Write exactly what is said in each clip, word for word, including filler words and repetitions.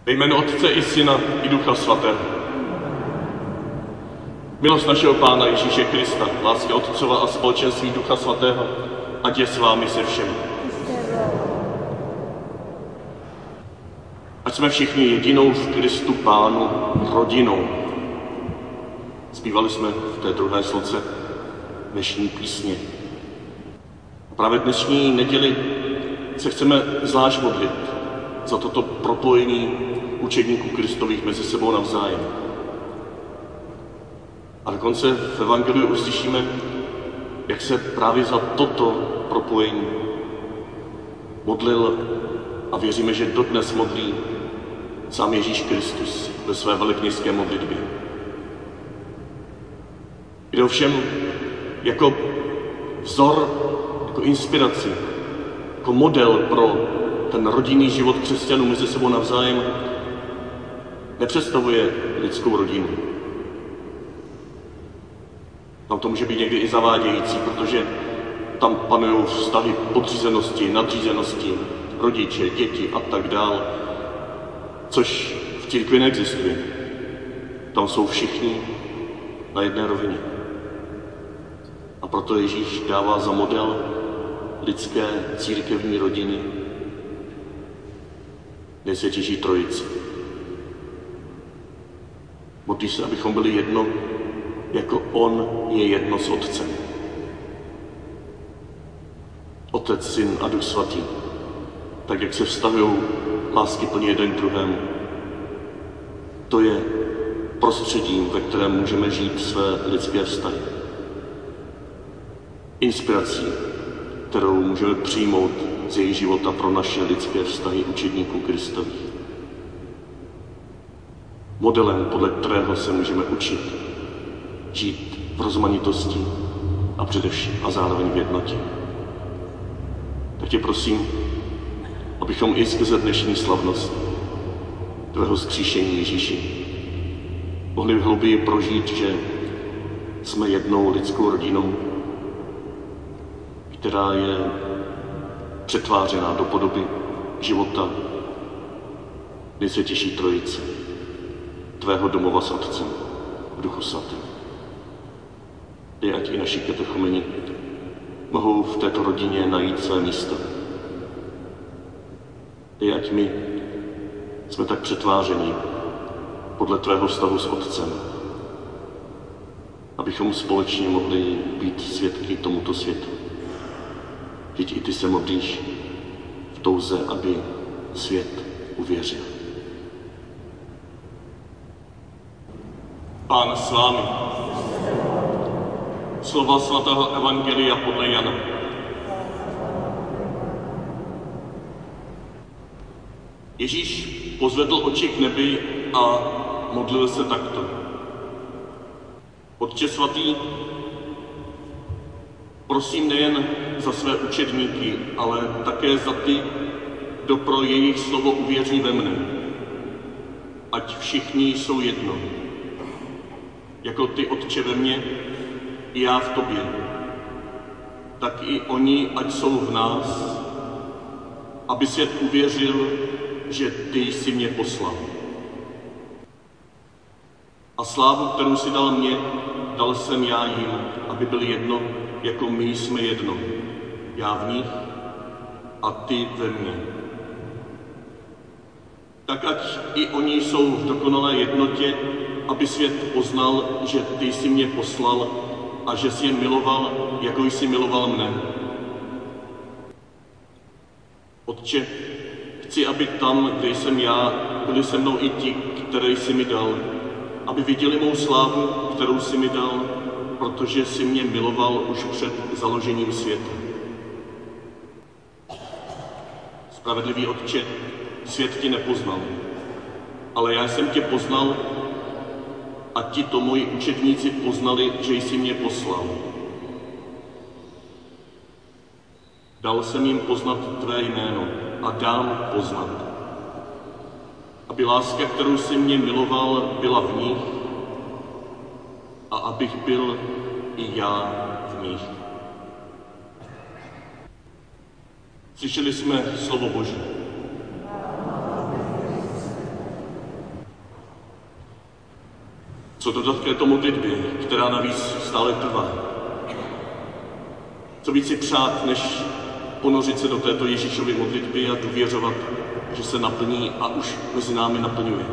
Ve jménu Otce i Syna i Ducha Svatého. Milost našeho Pána Ježíše Krista, láska Otcova a společenství Ducha Svatého, ať je s vámi se všemi. Ať jsme všichni jedinou v Kristu Pánu rodinou. Zpívali jsme v té druhé sloce dnešní písně. A právě dnešní neděli se chceme zvlášť modlit za toto propojení učedníků Kristových mezi sebou navzájem. A dokonce v Evangeliu uslyšíme, jak se právě za toto propojení modlil a věříme, že dodnes modlí sám Ježíš Kristus ve své velekněžské modlitbě. Jde ovšem jako vzor, jako inspiraci, jako model pro ten rodinný život křesťanů mezi sebou navzájem nepředstavuje lidskou rodinu. Tam to může být někdy i zavádějící, protože tam panují vztahy podřízenosti, nadřízenosti, rodiče, děti a tak dál, což v církvi neexistuje. Tam jsou všichni na jedné rovině. A proto Ježíš dává za model lidské církevní rodiny Nejsvětější Trojici. Modlí se, abychom byli jedno, jako on je jedno s Otcem. Otec, Syn a Duch Svatý, tak jak se vztahují láskyplně jeden k druhému. To je prostředím, ve kterém můžeme žít své lidské vztahy. Inspirací, kterou můžeme přijmout z jejich života pro naše lidské vztahy učedníků Kristových. Modelem, podle kterého se můžeme učit žít v rozmanitosti a především a zároveň v jednotě. Tak tě prosím, abychom i skrze dnešní slavnost tvého vzkříšení Ježíši mohli hlouběji prožít, že jsme jednou lidskou rodinou, která je přetvářená do podoby života Nejsvětější Trojice, tvého domova s Otcem v Duchu Svatém. I ať i naši katechumeni mohou v této rodině najít své místo. I ať my jsme tak přetváření podle tvého vztahu s Otcem, abychom společně mohli být svědky tomuto světu. Vždyť i ty se modlíš v touze, aby svět uvěřil. Pán s vámi. Slova svatého Evangelia podle Jana. Ježíš pozvedl oči k nebi a modlil se takto. Otče svatý, prosím nejen za své učedníky, ale také za ty, kdo pro jejich slovo uvěří ve mne. Ať všichni jsou jedno. Jako ty, Otče, ve mně, i já v tobě. Tak i oni, ať jsou v nás, aby svět uvěřil, že ty jsi mě poslal. A slávu, kterou si dal mě, dal jsem já jim, aby byli jedno, jako my jsme jedno. Já v nich a ty ve mně. Tak ať i oni jsou v dokonalé jednotě, aby svět poznal, že ty jsi mě poslal a že jsi je miloval, jako jsi miloval mne. Otče, chci, aby tam, kde jsem já, byli se mnou i ti, které jsi mi dal, aby viděli mou slávu, kterou jsi mi dal, protože jsi mě miloval už před založením světa. Spravedlivý Otče, svět tě nepoznal, ale já jsem tě poznal a ti to moji učedníci poznali, že jsi mě poslal. Dal jsem jim poznat tvé jméno a dám poznat, aby láska, kterou jsi mě miloval, byla v nich a abych byl i já v nich. Slyšeli jsme slovo Boží. Co dodat k této modlitbě, která navíc stále trvá? Co víc si přát, než ponořit se do této Ježíšovy modlitby a důvěřovat, že se naplní a už mezi námi naplňuje.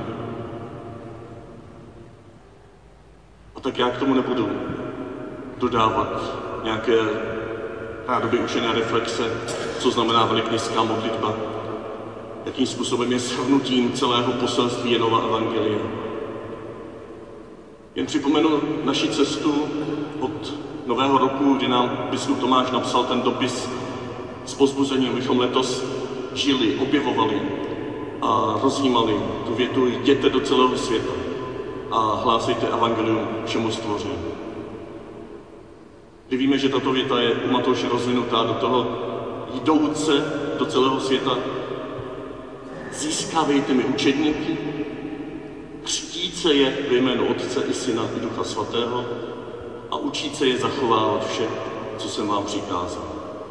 A tak já k tomu nebudu dodávat nějaké rádoby učené reflexe, co znamená velekněžská modlitba, jakým způsobem je shrnutím celého poselství Janova evangelia. Jen připomenu naši cestu od Nového roku, kdy nám biskup Tomáš napsal ten dopis s povzbuzením, abychom letos žili, objevovali a rozjímali tu větu: jděte do celého světa a hlásejte evangelium všemu stvoření. Kdy víme, že tato věta je u Matouše rozvinutá do toho: jdouce do celého světa, získávejte mi učedníky, křtíce je ve jménu Otce i Syna i Ducha Svatého a učíce je zachovávat vše, co jsem vám přikázal.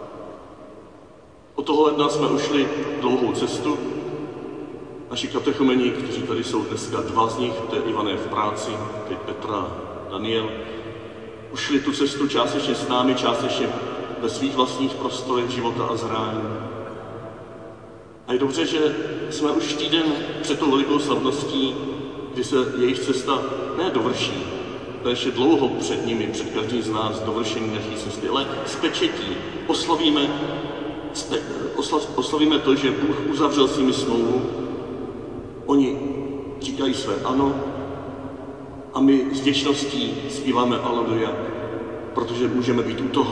Od tohohle dna jsme ušli dlouhou cestu. Naši katechumeni, kteří tady jsou dneska, dva z nich, to je Ivan je v práci, teď Petra a Daniel, ušli tu cestu částečně s námi, částečně ve svých vlastních prostorech života a zrání. A je dobře, že jsme už týden před tou velikou slavností, kdy se jejich cesta ne dovrší, to ještě dlouho před nimi, před každým z nás dovršení naší cesty, ale s pečetí oslavíme, spe, oslav, oslavíme to, že Bůh uzavřel s nimi smlouvu. Oni říkají své ano a my s vděčností zpíváme Aleluja, protože můžeme být u toho.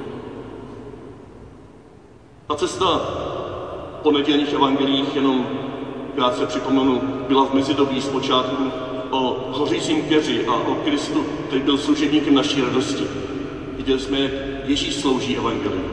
Ta cesta po nedělních evangelích, jenom krátce připomenu, byla v mezidobí zpočátku o hořícím keři a o Kristu, který byl služebníkem naší radosti. Viděli jsme, jak Ježíš slouží evangelium.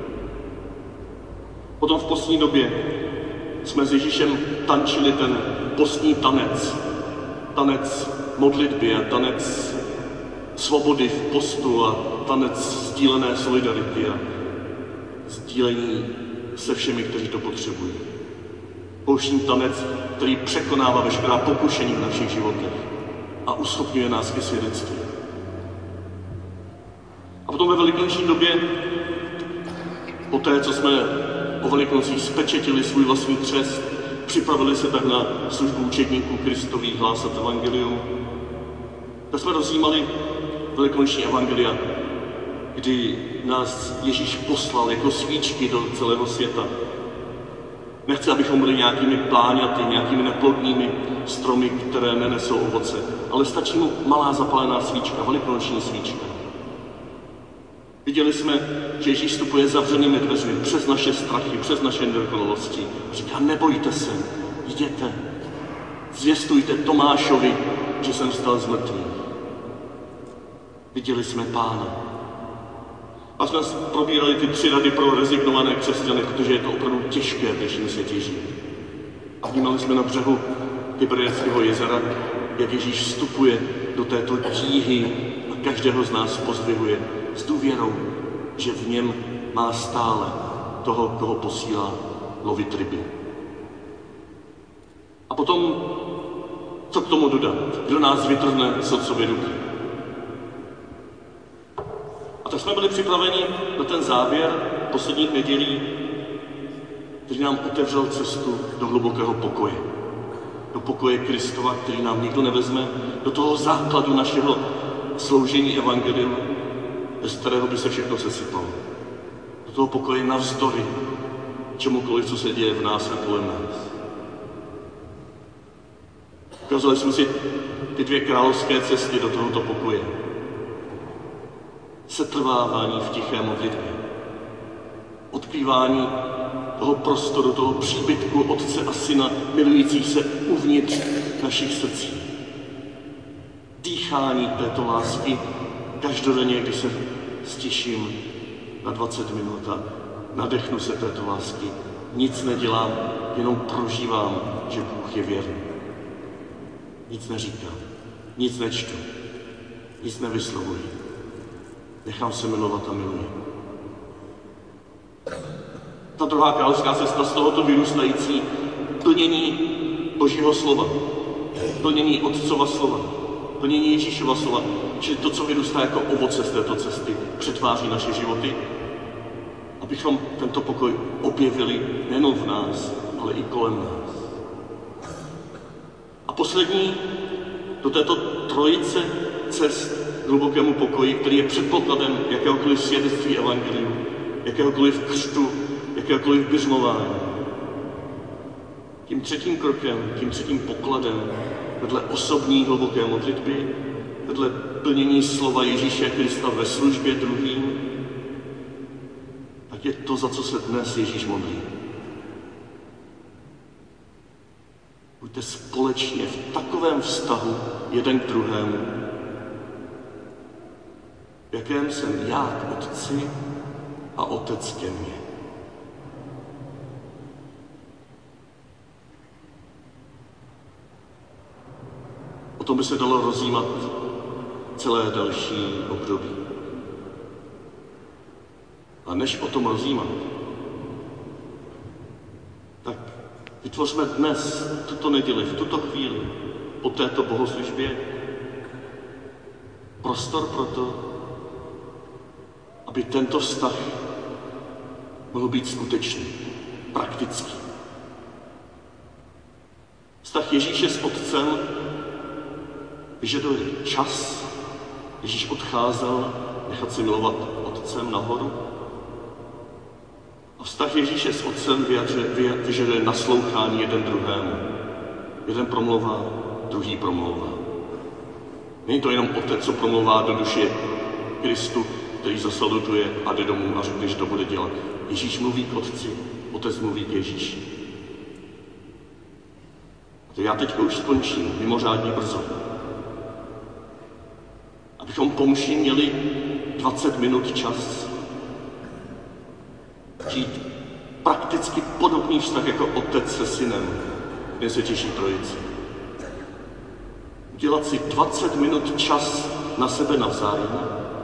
Potom v postní době jsme s Ježíšem tančili ten postní tanec. Tanec modlitby a tanec svobody v postu a tanec sdílené solidarity a sdílení se všemi, kteří to potřebují. Pouštní tanec, který překonává veškerá pokušení v našich životech a uschopňuje nás ke svědectví. A potom ve velikonoční době, po té, co jsme o Velikonocích spečetili svůj vlastní křest, připravili se tak na službu učedníků Kristových hlásat evangelium, tak jsme rozjímali velikonoční evangelia, kdy nás Ježíš poslal jako svíčky do celého světa. Nechce, abychom byli nějakými pláňaty, nějakými neplodnými stromy, které nenesou ovoce, ale stačí mu malá zapálená svíčka, velikonoční svíčka. Viděli jsme, že Ježíš vstupuje zavřenými dveřmi přes naše strachy, přes naše nedokonalosti. Říká: nebojte se, jděte, zvěstujte Tomášovi, že jsem vstal z mrtvých. Viděli jsme Pána. A jsme probírali ty tři rady pro rezignované křesťany, protože je to opravdu těžké v dnešním světě žít. A vnímali jsme na břehu Tiberiadského jezera, jak Ježíš vstupuje do této tíhy a každého z nás pozdvihuje s důvěrou, že v něm má stále toho, koho posílá lovit ryby. A potom, co k tomu dodat? Kdo nás vytrhne z otcovy ruky? A tak jsme byli připraveni na ten závěr posledních nedělí, který nám otevřel cestu do hlubokého pokoje. Do pokoje Kristova, který nám nikdo nevezme, do toho základu našeho sloužení evangelium, bez kterého by se všechno sesypalo. Do toho pokoje navzdory čemukoliv, co se děje v nás a kolem nás. Ukázali jsme si ty dvě královské cesty do tohoto pokoje. Setrvávání v tiché modlitbě. Odkrývání toho prostoru, toho příbytku Otce a Syna, milujících se uvnitř našich srdcí. Dýchání této lásky každodenně, když se stiším na dvacet minut a nadechnu se této lásky. Nic nedělám, jenom prožívám, že Bůh je věrný. Nic neříkám, nic nečtu, nic nevyslovuji. Nechám se milovat a miluji. Ta druhá královská cesta z tohoto vyrůstající plnění Božího slova, plnění Otcova slova, plnění Ježíšova slova, že to, co vyrůstá jako ovoce z této cesty, přetváří naše životy, abychom tento pokoj objevili nejen v nás, ale i kolem nás. A poslední do této trojice cest k hlubokému pokoji, který je předpokladem jakéhokoliv svědectví evangeliu, jakéhokoliv křtu, jakéhokoliv běžmování. Tím třetím krokem, tím třetím pokladem, vedle osobní hluboké modlitby, vedle plnění slova Ježíše Krista ve službě druhým, tak je to, za co se dnes Ježíš modlí. Buďte společně v takovém vztahu jeden k druhému, v jakém jsem já k Otci a Otec ke mně. O tom by se dalo rozjímat celé další období. A než o tom rozjímat, tak vytvořme dnes, tuto neděli, v tuto chvíli, po této bohoslužbě, prostor pro to, aby tento vztah mohl být skutečný, praktický. Vztah Ježíše s Otcem vyžaduje čas. Ježíš odcházel nechat si milovat Otcem nahoru. A vztah Ježíše s Otcem vyžaduje naslouchání jeden druhému. Jeden promlouvá, druhý promlouvá. Není to jenom Otec, co promlouvá do duše Kristu, který zasalutuje a jde domů a řekne, že to bude dělat. Ježíš mluví k Otci, Otec mluví k Ježíši. A to já teď už skončím, mimořádně brzo. Abychom pomši měli dvacet minut čas žít prakticky podobný vztah jako Otec se Synem v Nejsvětější Trojici. Udělat si dvacet minut čas na sebe navzájem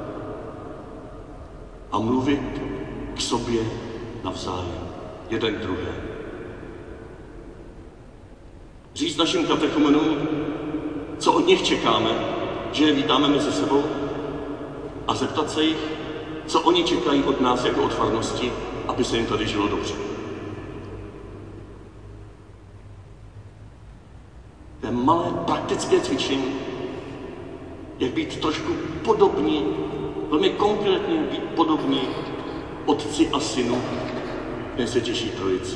a mluvit k sobě navzájem, jeden k druhému. Říct našim katechumenům, co od nich čekáme, že je vítáme mezi sebou, a zeptat se jich, co oni čekají od nás jako od farnosti, aby se jim tady žilo dobře. To je malé praktické cvičení, jak být trošku podobní, velmi konkrétně být podobní Otci a Synu v Nejsvětější Trojici.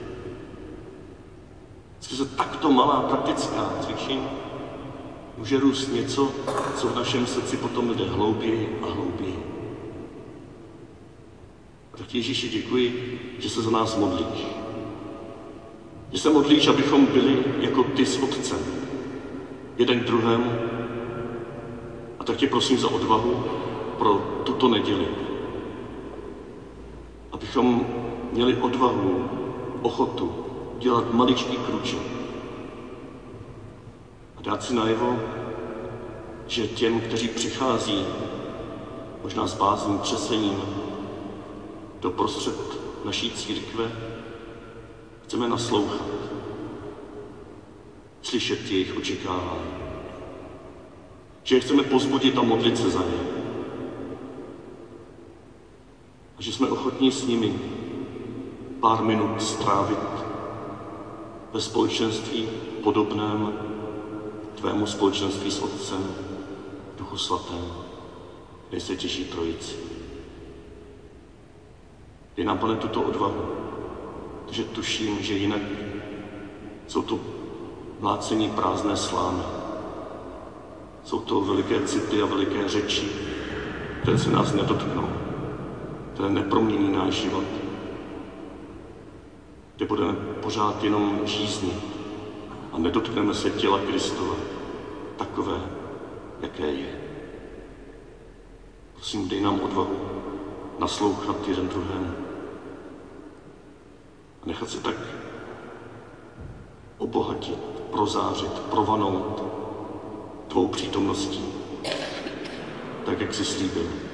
Skrze takto malá praktická cvičení může růst něco, co v našem srdci potom jde hlouběji a hlouběji. A tak Ježíši děkuji, že se za nás modlíš. Že se modlíš, abychom byli jako ty s Otcem, jeden k druhému. A tak tě prosím za odvahu pro tuto neděli. Abychom měli odvahu, ochotu dělat maličký krůček. A dát si najevo, že těm, kteří přichází, možná s bázní, třesením, do prostřed naší církve, chceme naslouchat, slyšet jejich očekávání. Že je chceme pozbudit a modlit se za ně. A že jsme ochotní s nimi pár minut strávit ve společenství podobném tvému společenství s Otcem, Duchu Svatém, Nejsvětější Trojici. Dej nám, Pane, tuto odvahu, protože tuším, že jinak jsou to mlácení prázdné slámy. Jsou to veliké city a veliké řeči, které se nás nedotknou, které nepromění náš život, kde budeme pořád jenom žíznit a nedotkneme se těla Kristova, takové, jaké je. Prosím, dej nám odvahu naslouchat jeden druhému a nechat se tak obohatit, prozářit, provanout tvou přítomností, tak jak jsi slíbil.